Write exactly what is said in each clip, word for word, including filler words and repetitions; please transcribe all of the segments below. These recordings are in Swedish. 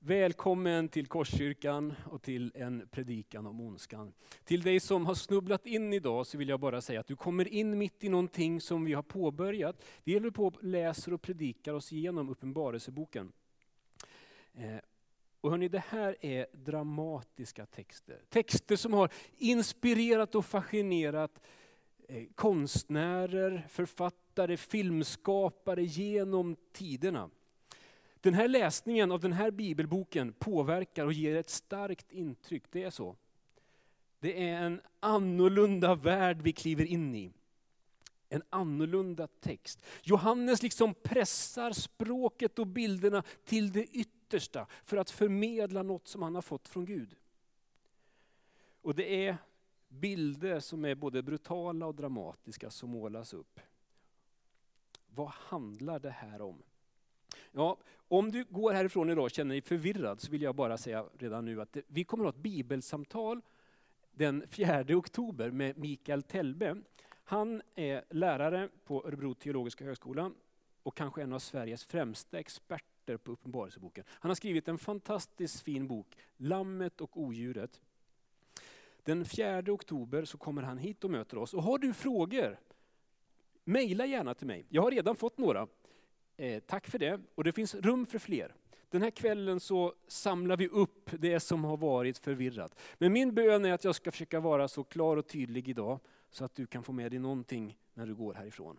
Välkommen till Korskyrkan och till en predikan om ondskan. Till dig som har snubblat in idag så vill jag bara säga att du kommer in mitt i någonting som vi har påbörjat. Vi håller på att läsa och predikar oss igenom Uppenbarelseboken. Eh, och hörni, det här är dramatiska texter. Texter som har inspirerat och fascinerat eh, konstnärer, författare, filmskapare genom tiderna. Den här läsningen av den här bibelboken påverkar och ger ett starkt intryck, det är så. Det är en annorlunda värld vi kliver in i. En annorlunda text. Johannes liksom pressar språket och bilderna till det yttersta för att förmedla något som han har fått från Gud. Och det är bilder som är både brutala och dramatiska som målas upp. Vad handlar det här om? Ja, om du går härifrån idag och känner dig förvirrad så vill jag bara säga redan nu att vi kommer att ha ett bibelsamtal den fjärde oktober med Mikael Tellbe. Han är lärare på Örebro teologiska högskola och kanske en av Sveriges främsta experter på Uppenbarelseboken. Han har skrivit en fantastiskt fin bok, Lammet och odjuret. Den fjärde oktober så kommer han hit och möter oss. Och har du frågor, mejla gärna till mig. Jag har redan fått några. Eh, tack för det. Och det finns rum för fler. Den här kvällen så samlar vi upp det som har varit förvirrat. Men min bön är att jag ska försöka vara så klar och tydlig idag så att du kan få med dig någonting när du går härifrån.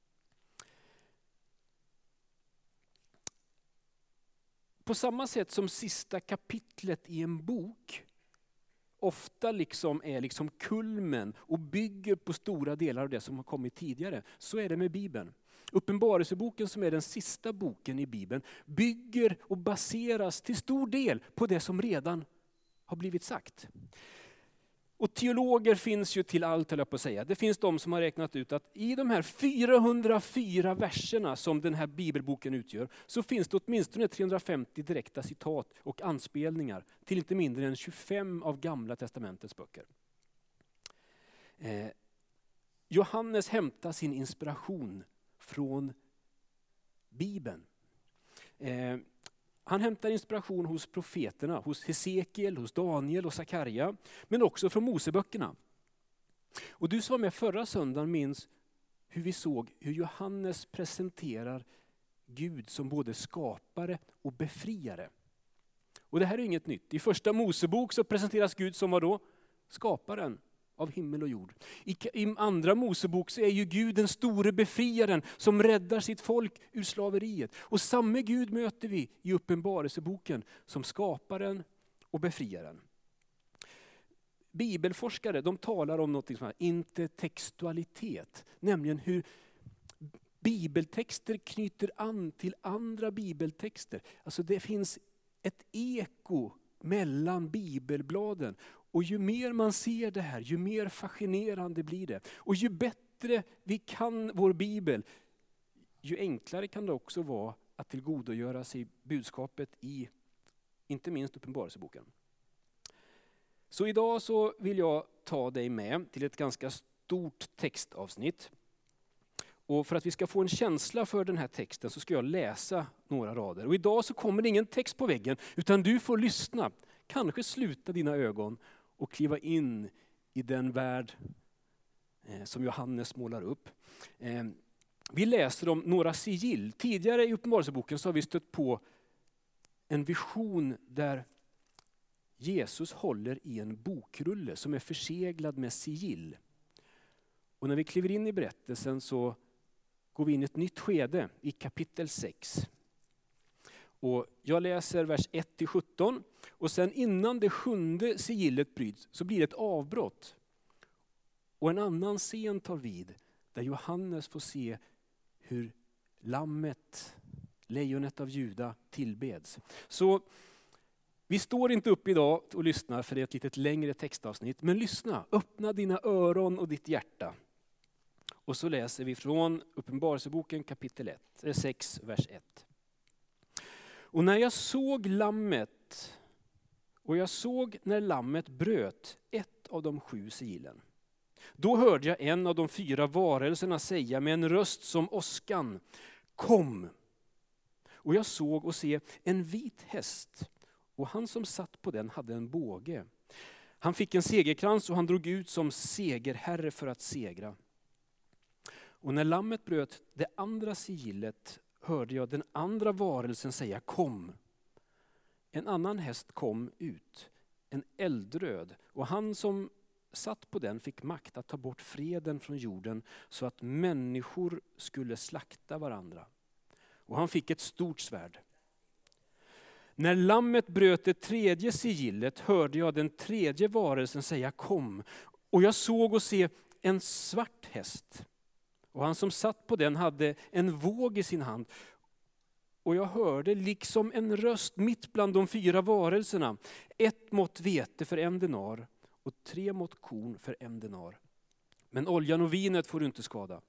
På samma sätt som sista kapitlet i en bok ofta liksom är liksom kulmen och bygger på stora delar av det som har kommit tidigare, så är det med Bibeln. Uppenbarelseboken, som är den sista boken i Bibeln, bygger och baseras till stor del på det som redan har blivit sagt. Och teologer finns ju till allt, höll jag på att säga. Det finns de som har räknat ut att i de här fyrahundrafyra verserna som den här bibelboken utgör, så finns det åtminstone trehundrafemtio direkta citat och anspelningar till inte mindre än tjugofem av Gamla testamentets böcker. Eh, Johannes hämtar sin inspiration från Bibeln. Eh, han hämtar inspiration hos profeterna, hos Hesekiel, hos Daniel och Sakarja, men också från Moseböckerna. Och du som var med förra söndagen minns hur vi såg hur Johannes presenterar Gud som både skapare och befriare. Och det här är inget nytt. I första Mosebok så presenteras Gud som vad då? Skaparen av himmel och jord. I, I andra Mosebok så är ju Gud den store befriaren som räddar sitt folk ur slaveriet. Och samma Gud möter vi i Uppenbarelseboken som skaparen och befriaren. Bibelforskare, de talar om något som heter intertextualitet, nämligen hur bibeltexter knyter an till andra bibeltexter. Alltså det finns ett eko mellan bibelbladen. Och ju mer man ser det här, ju mer fascinerande blir det. Och ju bättre vi kan vår bibel, ju enklare kan det också vara att tillgodogöra sig budskapet i, inte minst Uppenbarelseboken. Så idag så vill jag ta dig med till ett ganska stort textavsnitt. Och för att vi ska få en känsla för den här texten så ska jag läsa några rader. Och idag så kommer det ingen text på väggen, utan du får lyssna. Kanske sluta dina ögon och kliva in i den värld eh, som Johannes målar upp. Eh, vi läser om några sigill. Tidigare i Uppenbarelseboken så har vi stött på en vision där Jesus håller i en bokrulle som är förseglad med sigill. Och när vi kliver in i berättelsen så går vi in i ett nytt skede i kapitel sex. Och jag läser vers ett till sjutton. Och sen innan det sjunde sigillet bryts så blir det ett avbrott. Och en annan scen tar vid där Johannes får se hur lammet, lejonet av Juda, tillbeds. Så vi står inte upp idag och lyssnar för det är ett litet längre textavsnitt. Men lyssna, öppna dina öron och ditt hjärta. Och så läser vi från Uppenbarelseboken kapitel ett, sex, vers ett. Och när jag såg lammet, och jag såg när lammet bröt ett av de sju sigillen. Då hörde jag en av de fyra varelserna säga med en röst som åskan: kom! Och jag såg och se en vit häst, och han som satt på den hade en båge. Han fick en segerkrans och han drog ut som segerherre för att segra. Och när lammet bröt det andra sigillet hörde jag den andra varelsen säga kom. En annan häst kom ut, en eldröd, och han som satt på den fick makt att ta bort freden från jorden så att människor skulle slakta varandra. Och han fick ett stort svärd. När lammet bröt det tredje sigillet hörde jag den tredje varelsen säga kom. Och jag såg och se en svart häst. Och han som satt på den hade en våg i sin hand. Och jag hörde liksom en röst mitt bland de fyra varelserna. Ett mått vete för en denar och tre mått korn för en denar. Men oljan och vinet får du inte skada.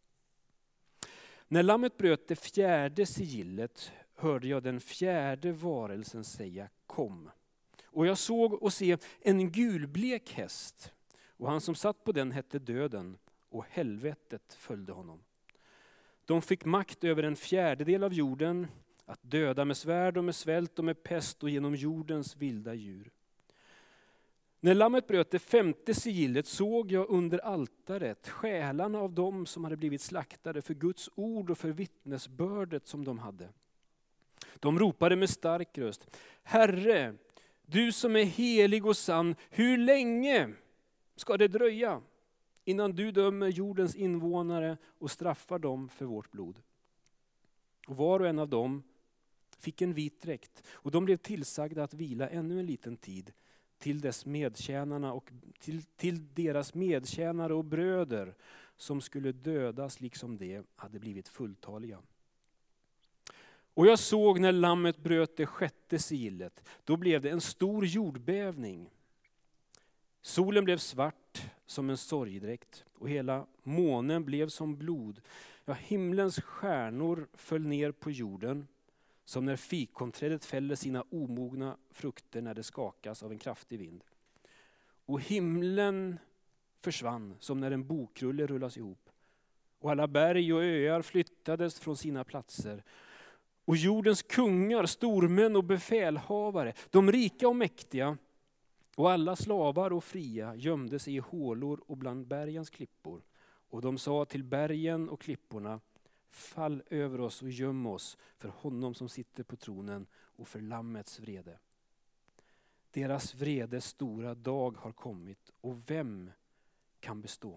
När lammet bröt det fjärde sigillet hörde jag den fjärde varelsen säga kom. Och jag såg och se en gulblek häst. Och han som satt på den hette döden och helvetet följde honom. De fick makt över en fjärdedel av jorden att döda med svärd och med svält och med pest och genom jordens vilda djur. När lammet bröt det femte sigillet såg jag under altaret själarna av dem som hade blivit slaktade för Guds ord och för vittnesbördet som de hade. De ropade med stark röst: Herre, du som är helig och sann, hur länge ska det dröja innan du dömer jordens invånare och straffar dem för vårt blod? Och var och en av dem fick en vit dräkt, och de blev tillsagda att vila ännu en liten tid till dess medtjänarna och till, till deras medtjänare och bröder som skulle dödas liksom de hade blivit fulltaliga. Och jag såg när lammet bröt det sjätte sigillet, då blev det en stor jordbävning. Solen blev svart som en sorgdräkt och hela månen blev som blod. Ja, himlens stjärnor föll ner på jorden som när fikonträdet fäller sina omogna frukter när det skakas av en kraftig vind. Och himlen försvann som när en bokrulle rullas ihop. Och alla berg och öar flyttades från sina platser. Och jordens kungar, stormän och befälhavare, de rika och mäktiga och alla slavar och fria gömde sig i hålor och bland bergens klippor. Och de sa till bergen och klipporna: fall över oss och göm oss för honom som sitter på tronen och för lammets vrede. Deras vredes stora dag har kommit, och vem kan bestå?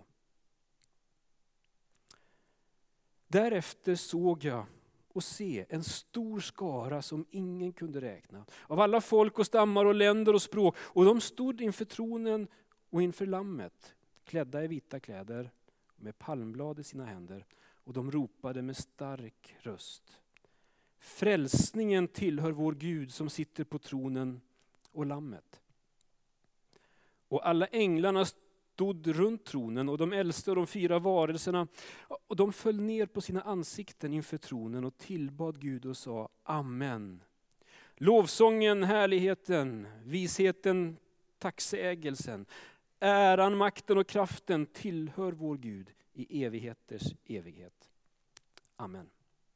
Därefter såg jag och se en stor skara som ingen kunde räkna, av alla folk och stammar och länder och språk, och de stod inför tronen och inför lammet, klädda i vita kläder med palmblad i sina händer, och de ropade med stark röst: frälsningen tillhör vår Gud som sitter på tronen och lammet. Och alla änglarna stod runt tronen, och de äldste och de fyra varelserna, och de föll ner på sina ansikten inför tronen och tillbad Gud och sa: Amen. Lovsången, härligheten, visheten, tacksägelsen, äran, makten och kraften tillhör vår Gud i evigheters evighet. Amen.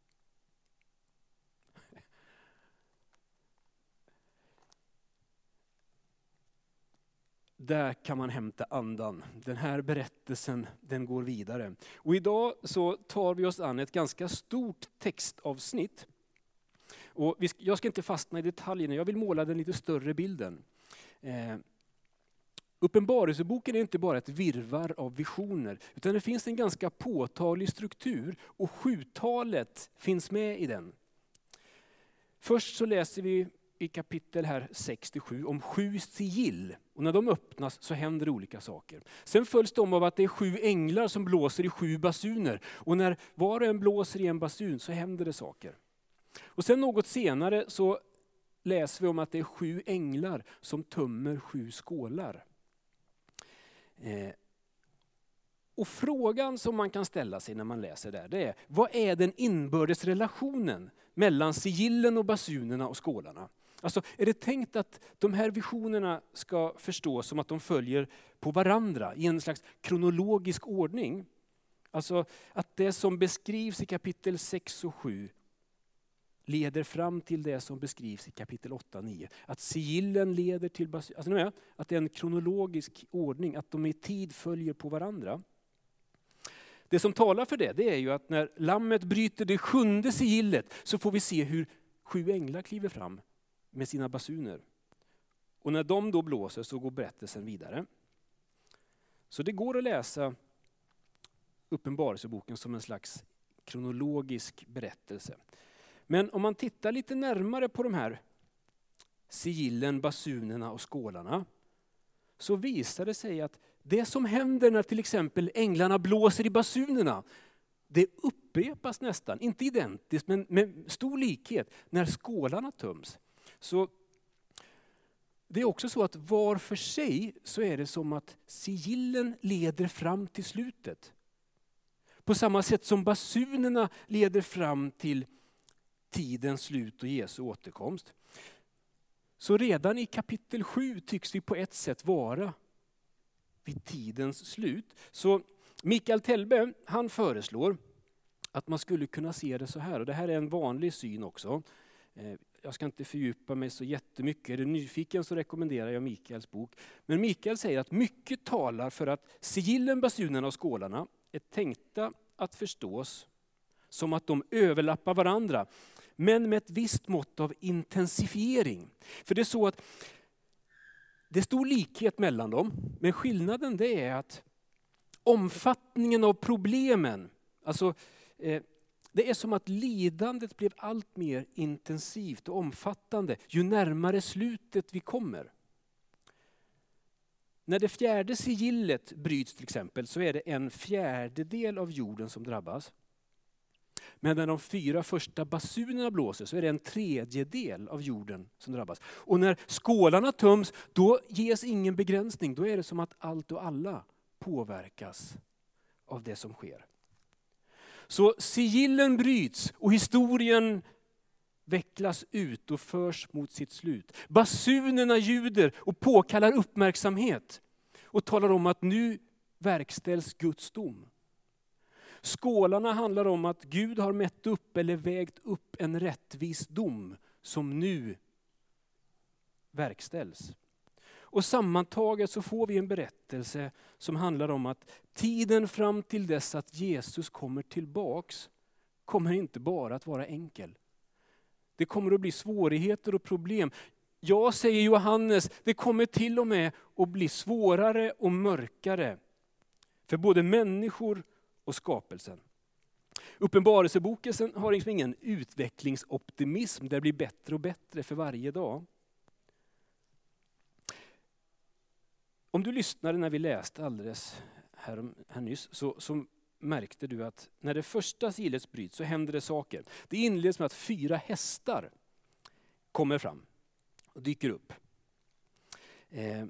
Där kan man hämta andan. Den här berättelsen, den går vidare. Och idag så tar vi oss an ett ganska stort textavsnitt. Och vi ska, jag ska inte fastna i detaljerna, jag vill måla den lite större bilden. Eh, Uppenbarelseboken är inte bara ett virrvarr av visioner, utan det finns en ganska påtaglig struktur, och sjutalet finns med i den. Först så läser vi i kapitel här sextiosju om sju sigill, och när de öppnas så händer olika saker. Sen följs de av att det är sju änglar som blåser i sju basuner, och när var och en blåser i en basun så händer det saker. Och sen något senare så läser vi om att det är sju änglar som tömmer sju skålar. Eh, och frågan som man kan ställa sig när man läser där, det är: vad är den inbördes relationen mellan sigillen och basunerna och skålarna? Alltså, är det tänkt att de här visionerna ska förstås som att de följer på varandra i en slags kronologisk ordning? Alltså att det som beskrivs i kapitel sex och sju leder fram till det som beskrivs i kapitel åtta nio. Att sigillen leder till basunen. Alltså, ni vet, att det är en kronologisk ordning, att de i tid följer på varandra. Det som talar för det, det är ju att när lammet bryter det sjunde sigillet så får vi se hur sju änglar kliver fram med sina basuner. Och när de då blåser så går berättelsen vidare. Så det går att läsa Uppenbarelseboken som en slags kronologisk berättelse. Men om man tittar lite närmare på de här sigillen, basunerna och skålarna, så visar det sig att det som händer när till exempel änglarna blåser i basunerna, det upprepas nästan, inte identiskt men med stor likhet, när skålarna töms. Så det är också så att var för sig så är det som att sigillen leder fram till slutet. På samma sätt som basunerna leder fram till tidens slut och Jesu återkomst. Så redan i kapitel sju tycks vi på ett sätt vara vid tidens slut. Så Mikael Telbe, han föreslår att man skulle kunna se det så här. Och det här är en vanlig syn också. Jag ska inte fördjupa mig så jättemycket. Är du nyfiken så rekommenderar jag Mikaels bok. Men Mikael säger att mycket talar för att sigillen, basunerna och skålarna är tänkta att förstås som att de överlappar varandra. Men med ett visst mått av intensifiering. För det är så att det är stor likhet mellan dem. Men skillnaden det är att omfattningen av problemen, alltså eh, det är som att lidandet blev allt mer intensivt och omfattande ju närmare slutet vi kommer. När det fjärde sigillet bryts till exempel så är det en fjärdedel av jorden som drabbas. Men när de fyra första basunerna blåser så är det en tredjedel av jorden som drabbas. Och när skålarna töms då ges ingen begränsning. Då är det som att allt och alla påverkas av det som sker. Så sigillen bryts och historien vecklas ut och förs mot sitt slut. Basunerna ljuder och påkallar uppmärksamhet och talar om att nu verkställs Guds dom. Skålarna handlar om att Gud har mätt upp eller vägt upp en rättvis dom som nu verkställs. Och sammantaget så får vi en berättelse som handlar om att tiden fram till dess att Jesus kommer tillbaks kommer inte bara att vara enkel. Det kommer att bli svårigheter och problem. Jag säger Johannes, det kommer till och med att bli svårare och mörkare för både människor och skapelsen. Uppenbarelseboken har liksom ingen utvecklingsoptimism. Det blir bättre och bättre för varje dag. Om du lyssnade när vi läste alldeles här, här nyss så, så märkte du att när det första sigillet bryts så händer det saker. Det inleds med att fyra hästar kommer fram och dyker upp. Eh,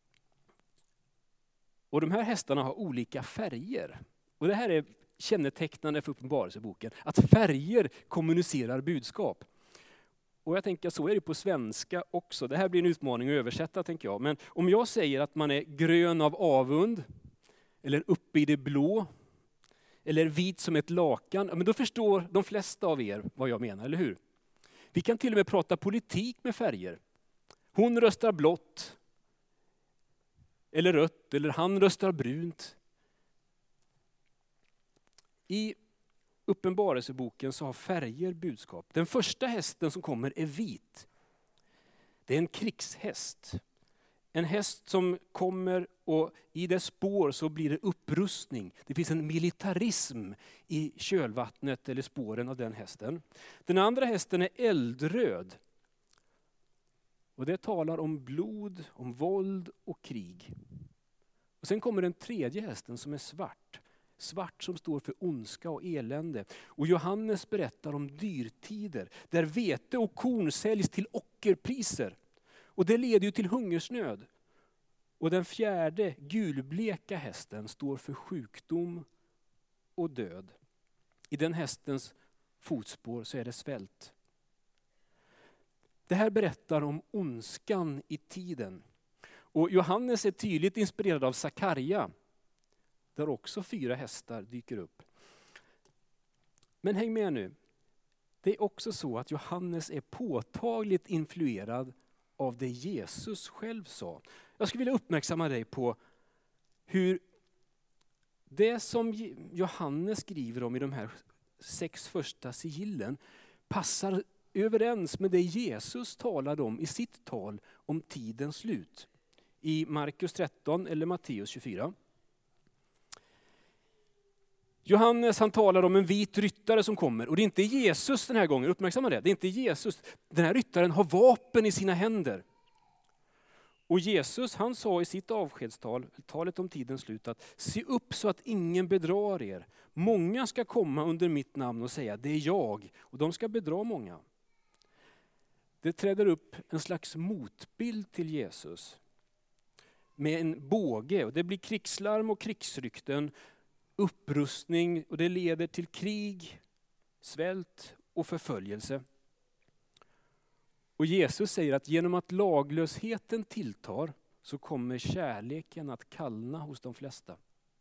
och de här hästarna har olika färger. Och det här är kännetecknande för Uppenbarelseboken. Att färger kommunicerar budskap. Och jag tänker så är det på svenska också. Det här blir en utmaning att översätta tänker jag. Men om jag säger att man är grön av avund, eller uppe i det blå, eller vit som ett lakan, men då förstår de flesta av er vad jag menar, eller hur? Vi kan till och med prata politik med färger. Hon röstar blått, eller rött, eller han röstar brunt. I Uppenbarelseboken så har färger budskap. Den första hästen som kommer är vit. Det är en krigshäst. En häst som kommer och i dess spår så blir det upprustning. Det finns en militarism i kölvattnet eller spåren av den hästen. Den andra hästen är eldröd. Och det talar om blod, om våld och krig. Och sen kommer den tredje hästen som är svart. Svart som står för ondska och elände. Och Johannes berättar om dyrtider där vete och korn säljs till ockerpriser. Och det leder ju till hungersnöd. Och den fjärde gulbleka hästen står för sjukdom och död. I den hästens fotspår så är det svält. Det här berättar om ondskan i tiden. Och Johannes är tydligt inspirerad av Sakarja. Där också fyra hästar dyker upp. Men häng med nu. Det är också så att Johannes är påtagligt influerad av det Jesus själv sa. Jag skulle vilja uppmärksamma dig på hur det som Johannes skriver om i de här sex första sigillen passar överens med det Jesus talade om i sitt tal om tidens slut. I Markus tretton eller Matteus tjugofyra. Johannes han talar om en vit ryttare som kommer. Och det är inte Jesus den här gången, uppmärksamma det. Det är inte Jesus. Den här ryttaren har vapen i sina händer. Och Jesus han sa i sitt avskedstal, talet om tidens slut, att se upp så att ingen bedrar er. Många ska komma under mitt namn och säga det är jag. Och de ska bedra många. Det träder upp en slags motbild till Jesus. Med en båge och det blir krigslarm och krigsrykten. Upprustning och det leder till krig, svält och förföljelse. Och Jesus säger att genom att laglösheten tilltar så kommer kärleken att kallna hos de flesta.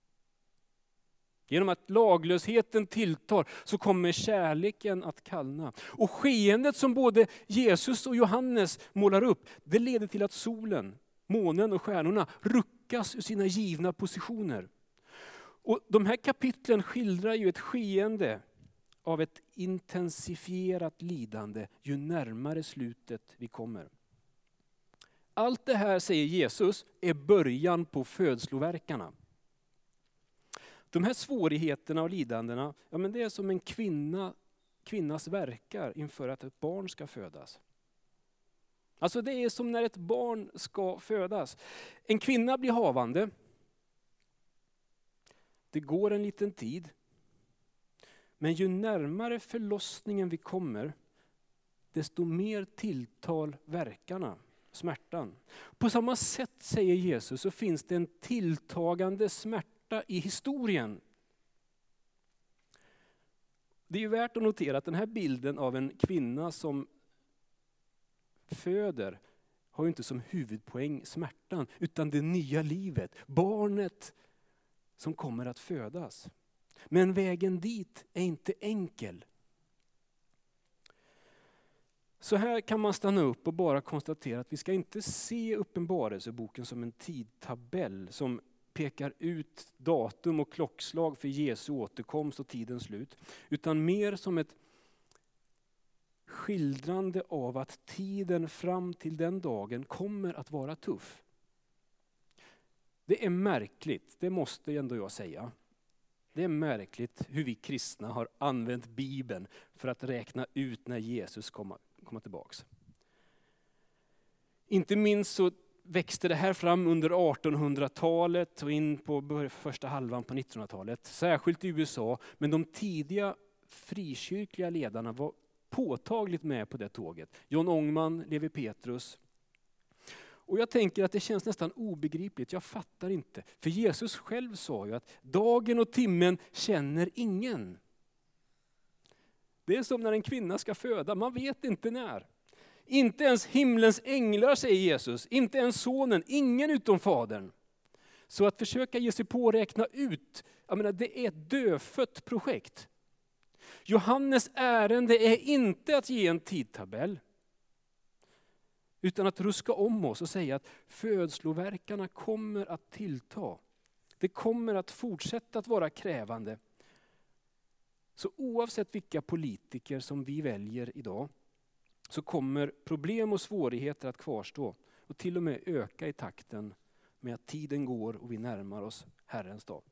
Genom att laglösheten tilltar så kommer kärleken att kallna. Och skeendet som både Jesus och Johannes målar upp, det leder till att solen, månen och stjärnorna ruckas ur sina givna positioner. Och de här kapitlen skildrar ju ett skeende av ett intensifierat lidande ju närmare slutet vi kommer. Allt det här, säger Jesus, är början på födslovärkarna. De här svårigheterna och lidandena, ja men det är som en kvinna, kvinnas verkar inför att ett barn ska födas. Alltså det är som när ett barn ska födas. En kvinna blir havande. Det går en liten tid. Men ju närmare förlossningen vi kommer, desto mer tilltal verkarna, smärtan. På samma sätt, säger Jesus, så finns det en tilltagande smärta i historien. Det är ju värt att notera att den här bilden av en kvinna som föder har ju inte som huvudpoäng smärtan, utan det nya livet, barnet som kommer att födas. Men vägen dit är inte enkel. Så här kan man stanna upp och bara konstatera att vi ska inte se Uppenbarelseboken som en tidtabell som pekar ut datum och klockslag för Jesu återkomst och tidens slut. Utan mer som ett skildrande av att tiden fram till den dagen kommer att vara tuff. Det är märkligt, det måste ändå jag säga. Det är märkligt hur vi kristna har använt Bibeln för att räkna ut när Jesus kommer, kommer tillbaks. Inte minst så växte det här fram under artonhundratalet och in på första halvan på nittonhundratalet. Särskilt i U S A, men de tidiga frikyrkliga ledarna var påtagligt med på det tåget. John Ångman, Levi Petrus. Och jag tänker att det känns nästan obegripligt, jag fattar inte. För Jesus själv sa ju att dagen och timmen känner ingen. Det är som när en kvinna ska föda, man vet inte när. Inte ens himlens änglar, säger Jesus, inte ens sonen, ingen utom fadern. Så att försöka ge sig på och räkna ut, jag menar, det är ett dödfött projekt. Johannes ärende är inte att ge en tidtabell, utan att ruska om oss och säga att födslovärkarna kommer att tillta. Det kommer att fortsätta att vara krävande. Så oavsett vilka politiker som vi väljer idag, så kommer problem och svårigheter att kvarstå och till och med öka i takten med att tiden går och vi närmar oss Herrens dag.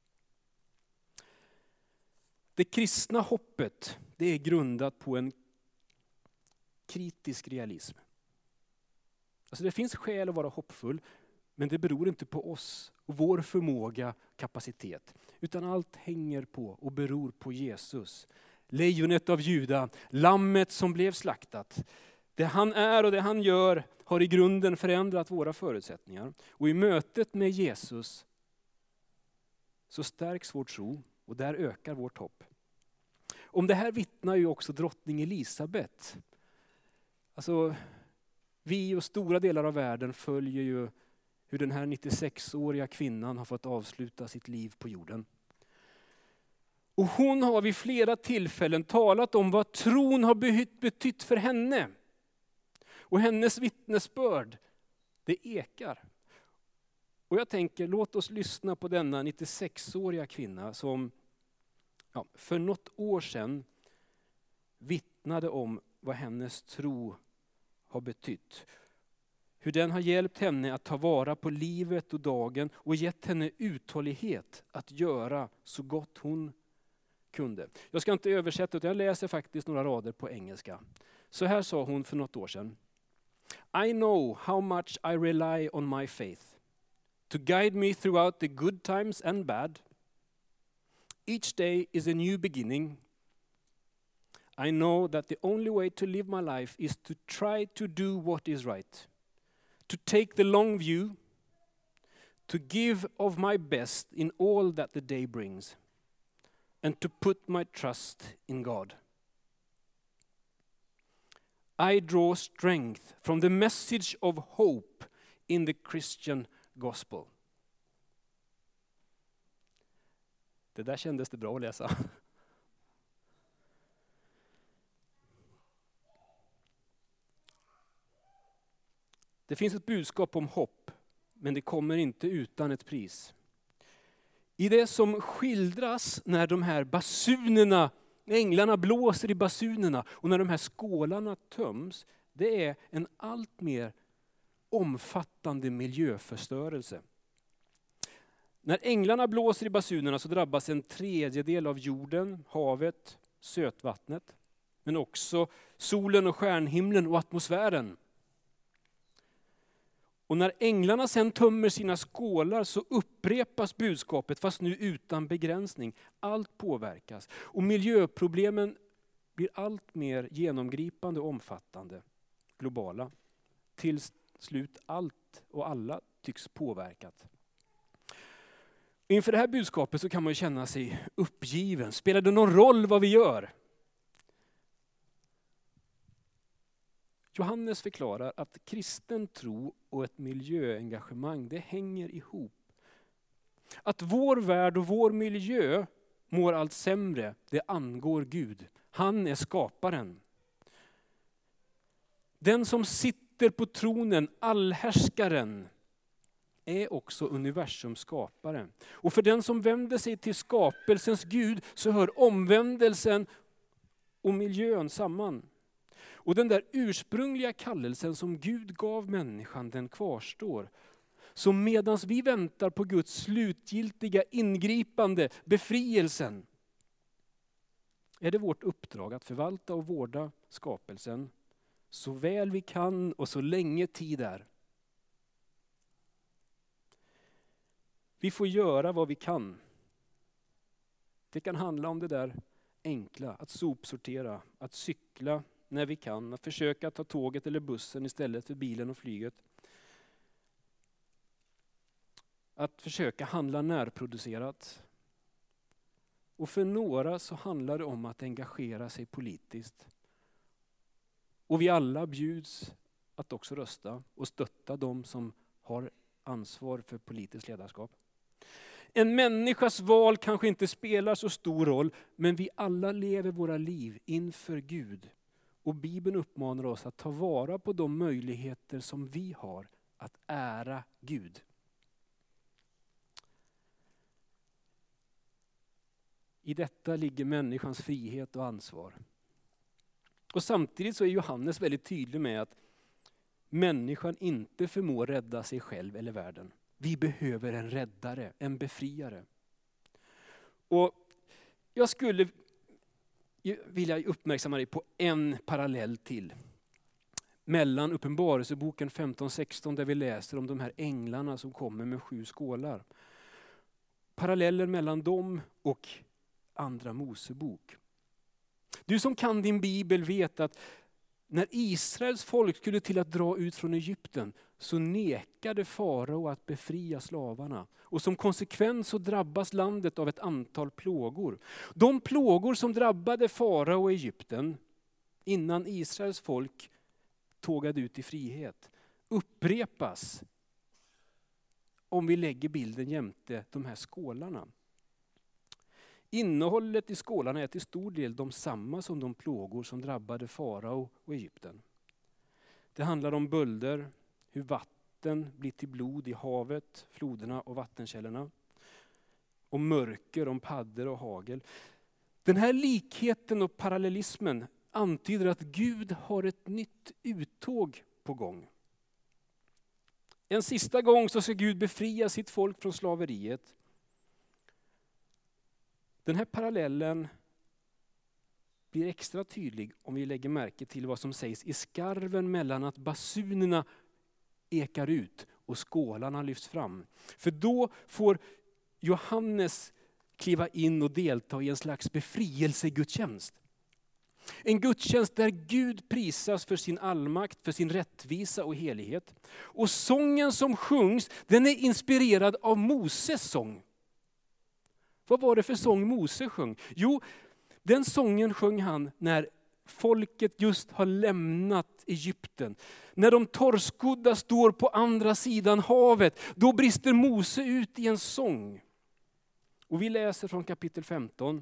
Det kristna hoppet, det är grundat på en kritisk realism. Alltså det finns skäl att vara hoppfull, men det beror inte på oss och vår förmåga, kapacitet. Utan allt hänger på och beror på Jesus. Lejonet av Juda, lammet som blev slaktat. Det han är och det han gör har i grunden förändrat våra förutsättningar. Och i mötet med Jesus så stärks vår tro och där ökar vårt hopp. Om det här vittnar ju också drottning Elisabet. Alltså, vi och stora delar av världen följer ju hur den här nittiosexåriga kvinnan har fått avsluta sitt liv på jorden. Och hon har vid flera tillfällen talat om vad tron har betytt för henne. Och hennes vittnesbörd, det ekar. Och jag tänker, låt oss lyssna på denna nittiosexåriga kvinna som ja, för något år sedan vittnade om vad hennes tro har betytt. Hur den har hjälpt henne att ta vara på livet och dagen och gett henne uthållighet att göra så gott hon kunde. Jag ska inte översätta, utan jag läser faktiskt några rader på engelska. Så här sa hon för något år sedan. I know how much I rely on my faith to guide me throughout the good times and bad. Each day is a new beginning. I know that the only way to live my life is to try to do what is right, to take the long view, to give of my best in all that the day brings, and to put my trust in God. I draw strength from the message of hope in the Christian gospel. Det där kändes det bra att läsa. Det finns ett budskap om hopp, men det kommer inte utan ett pris. I det som skildras när de här basunerna, änglarna blåser i basunerna och när de här skålarna töms, det är en allt mer omfattande miljöförstörelse. När änglarna blåser i basunerna så drabbas en tredjedel av jorden, havet, sötvattnet, men också solen och stjärnhimlen och atmosfären. Och när änglarna sen tömmer sina skålar så upprepas budskapet, fast nu utan begränsning. Allt påverkas och miljöproblemen blir allt mer genomgripande och omfattande, globala. Till slut allt och alla tycks påverkat. Inför det här budskapet så kan man ju känna sig uppgiven. Spelar det någon roll vad vi gör? Johannes förklarar att kristen tro och ett miljöengagemang, det hänger ihop. Att vår värld och vår miljö mår allt sämre, det angår Gud. Han är skaparen. Den som sitter på tronen, allhärskaren, är också universums skapare. Och för den som vänder sig till skapelsens Gud så hör omvändelsen och miljön samman. Och den där ursprungliga kallelsen som Gud gav människan, den kvarstår. Så medans vi väntar på Guds slutgiltiga ingripande, befrielsen, är det vårt uppdrag att förvalta och vårda skapelsen så väl vi kan och så länge tid är. Vi får göra vad vi kan. Det kan handla om det där enkla, att sopsortera, att cykla när vi kan, att försöka ta tåget eller bussen istället för bilen och flyget. Att försöka handla närproducerat. Och för några så handlar det om att engagera sig politiskt. Och vi alla bjuds att också rösta och stötta de som har ansvar för politiskt ledarskap. En människas val kanske inte spelar så stor roll, men vi alla lever våra liv inför Gud. Och Bibeln uppmanar oss att ta vara på de möjligheter som vi har att ära Gud. I detta ligger människans frihet och ansvar. Och samtidigt så är Johannes väldigt tydlig med att människan inte förmår rädda sig själv eller världen. Vi behöver en räddare, en befriare. Och jag skulle vilja uppmärksamma dig på en parallell till. Mellan Uppenbarelseboken femton sexton där vi läser om de här änglarna som kommer med sju skålar. Paralleller mellan dem och Andra Mosebok. Du som kan din bibel vet att när Israels folk skulle till att dra ut från Egypten så nekade farao att befria slavarna. Och som konsekvens så drabbas landet av ett antal plågor. De plågor som drabbade farao och Egypten innan Israels folk tågade ut i frihet upprepas om vi lägger bilden jämte de här skålarna. Innehållet i skålarna är till stor del de samma som de plågor som drabbade farao och Egypten. Det handlar om bölder, hur vatten blir till blod i havet, floderna och vattenkällorna. Om mörker, om paddor och hagel. Den här likheten och parallellismen antyder att Gud har ett nytt uttåg på gång. En sista gång så ska Gud befria sitt folk från slaveriet. Den här parallellen blir extra tydlig om vi lägger märke till vad som sägs i skarven mellan att basunerna ekar ut och skålarna lyfts fram. För då får Johannes kliva in och delta i en slags befrielsegudstjänst. En gudstjänst där Gud prisas för sin allmakt, för sin rättvisa och helighet. Och sången som sjungs, den är inspirerad av Moses sång. Vad var det för sång Mose sjöng? Jo, den sången sjöng han när folket just har lämnat Egypten. När de torrskodda står på andra sidan havet, då brister Mose ut i en sång. Och vi läser från kapitel femton.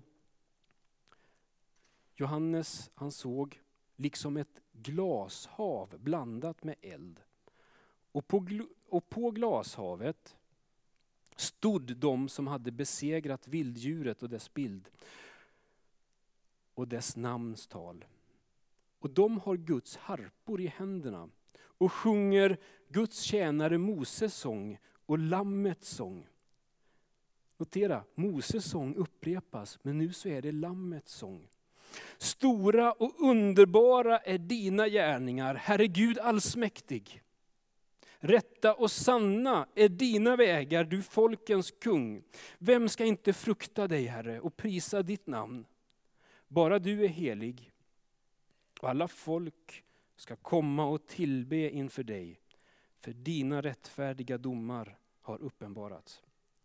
Johannes, han såg liksom ett glashav blandat med eld. Och på, gl- och på glashavet stod de som hade besegrat vilddjuret och dess bild och dess namns tal. Och de har Guds harpor i händerna och sjunger Guds tjänare Moses sång och lammets sång. Notera, Moses sång upprepas, men nu så är det lammets sång. Stora och underbara är dina gärningar, Herre Gud allsmäktig. Rätta och sanna är dina vägar, du folkens kung. Vem ska inte frukta dig, Herre, och prisa ditt namn? Bara du är helig. Och alla folk ska komma och tillbe inför dig, för dina rättfärdiga domar har uppenbarats.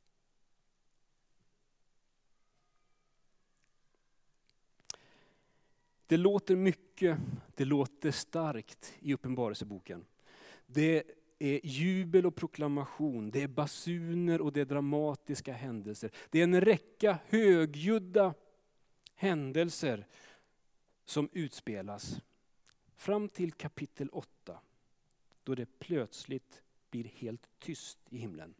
Det låter mycket, det låter starkt i Uppenbarelseboken. Det är jubel och proklamation, det är basuner och det är dramatiska händelser. Det är en räcka högljudda händelser som utspelas fram till kapitel åtta, då det plötsligt blir helt tyst i himlen.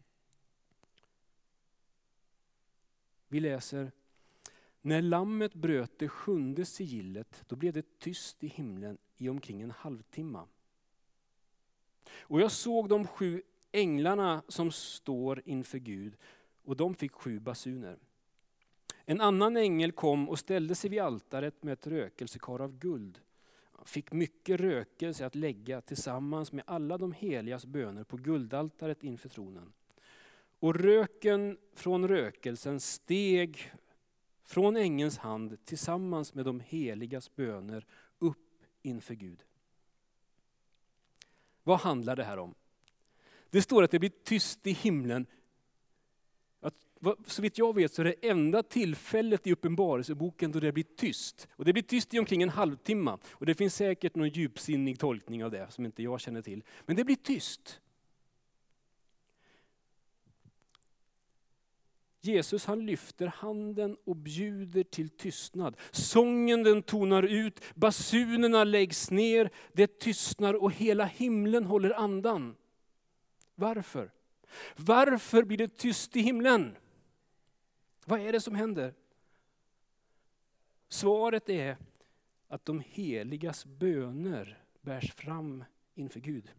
Vi läser: när lammet bröt det sjunde sigillet, då blev det tyst i himlen i omkring en halvtimme. Och jag såg de sju änglarna som står inför Gud, och de fick sju basuner. En annan ängel kom och ställde sig vid altaret med ett rökelsekar av guld. Han fick mycket rökelse att lägga tillsammans med alla de heligas böner på guldaltaret inför tronen. Och röken från rökelsen steg från ängelns hand tillsammans med de heligas böner upp inför Gud. Vad handlar det här om? Det står att det blir tyst i himlen. Att, så vitt jag vet så är det enda tillfället i Uppenbarelseboken då det blir tyst. Och det blir tyst i omkring en halvtimme. Och det finns säkert någon djupsinnig tolkning av det som inte jag känner till. Men det blir tyst. Jesus, han lyfter handen och bjuder till tystnad. Sången den tonar ut, basunerna läggs ner, det tystnar och hela himlen håller andan. Varför? Varför blir det tyst i himlen? Vad är det som händer? Svaret är att de heligas böner bärs fram inför Gud.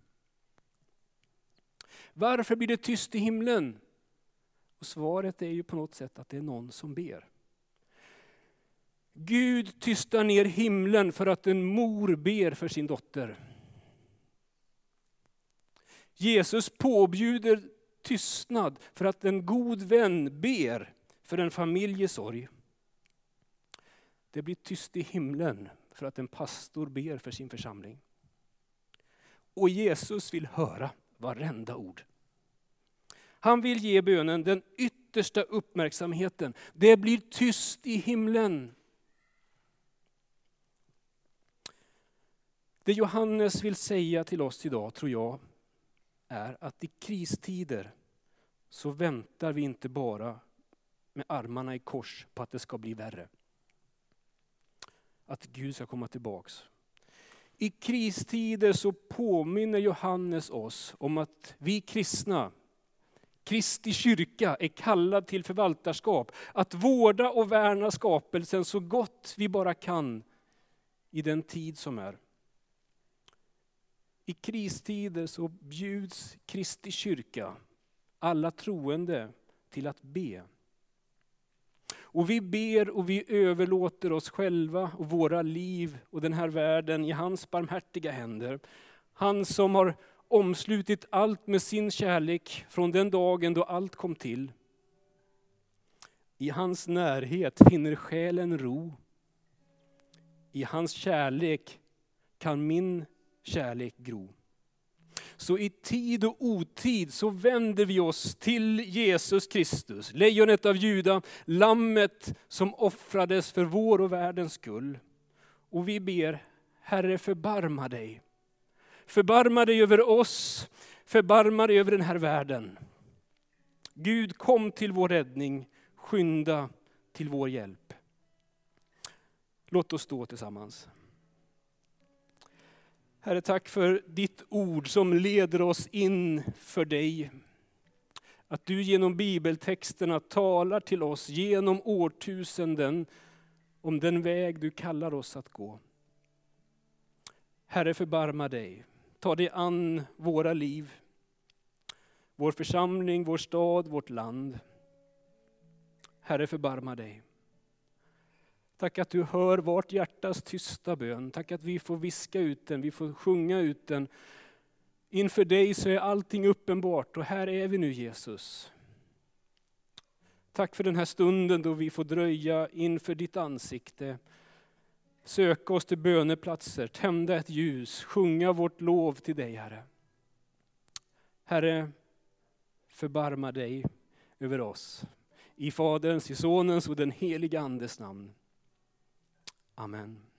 Varför blir det tyst i himlen? Och svaret är ju på något sätt att det är någon som ber. Gud tystar ner himlen för att en mor ber för sin dotter. Jesus påbjuder tystnad för att en god vän ber för en familjesorg. Det blir tyst i himlen för att en pastor ber för sin församling. Och Jesus vill höra varenda ord. Han vill ge bönen den yttersta uppmärksamheten. Det blir tyst i himlen. Det Johannes vill säga till oss idag, tror jag, är att i kristider så väntar vi inte bara med armarna i kors på att det ska bli värre. Att Gud ska komma tillbaks. I kristider så påminner Johannes oss om att vi kristna, Kristi kyrka, är kallad till förvaltarskap. Att vårda och värna skapelsen så gott vi bara kan i den tid som är. I kristider så bjuds Kristi kyrka, alla troende, till att be. Och vi ber och vi överlåter oss själva och våra liv och den här världen i hans barmhärtiga händer. Han som har omslutit allt med sin kärlek från den dagen då allt kom till. I hans närhet finner själen ro. I hans kärlek kan min kärlek gro. Så i tid och otid så vänder vi oss till Jesus Kristus, lejonet av Juda, lammet som offrades för vår och världens skull. Och vi ber, Herre, förbarma dig. Förbarma dig över oss, förbarma dig över den här världen. Gud, kom till vår räddning, skynda till vår hjälp. Låt oss stå tillsammans. Herre, tack för ditt ord som leder oss in för dig. Att du genom bibeltexterna talar till oss genom årtusenden om den väg du kallar oss att gå. Herre, förbarma dig. Ta dig an våra liv, vår församling, vår stad, vårt land. Herre, förbarma dig. Tack att du hör vårt hjärtas tysta bön. Tack att vi får viska ut den, vi får sjunga ut den. Inför dig så är allting uppenbart och här är vi nu, Jesus. Tack för den här stunden då vi får dröja inför ditt ansikte. Söka oss till böneplatser, tända ett ljus, sjunga vårt lov till dig, Herre. Herre, förbarma dig över oss. I Faderns, i Sonens och den heliga Andes namn. Amen.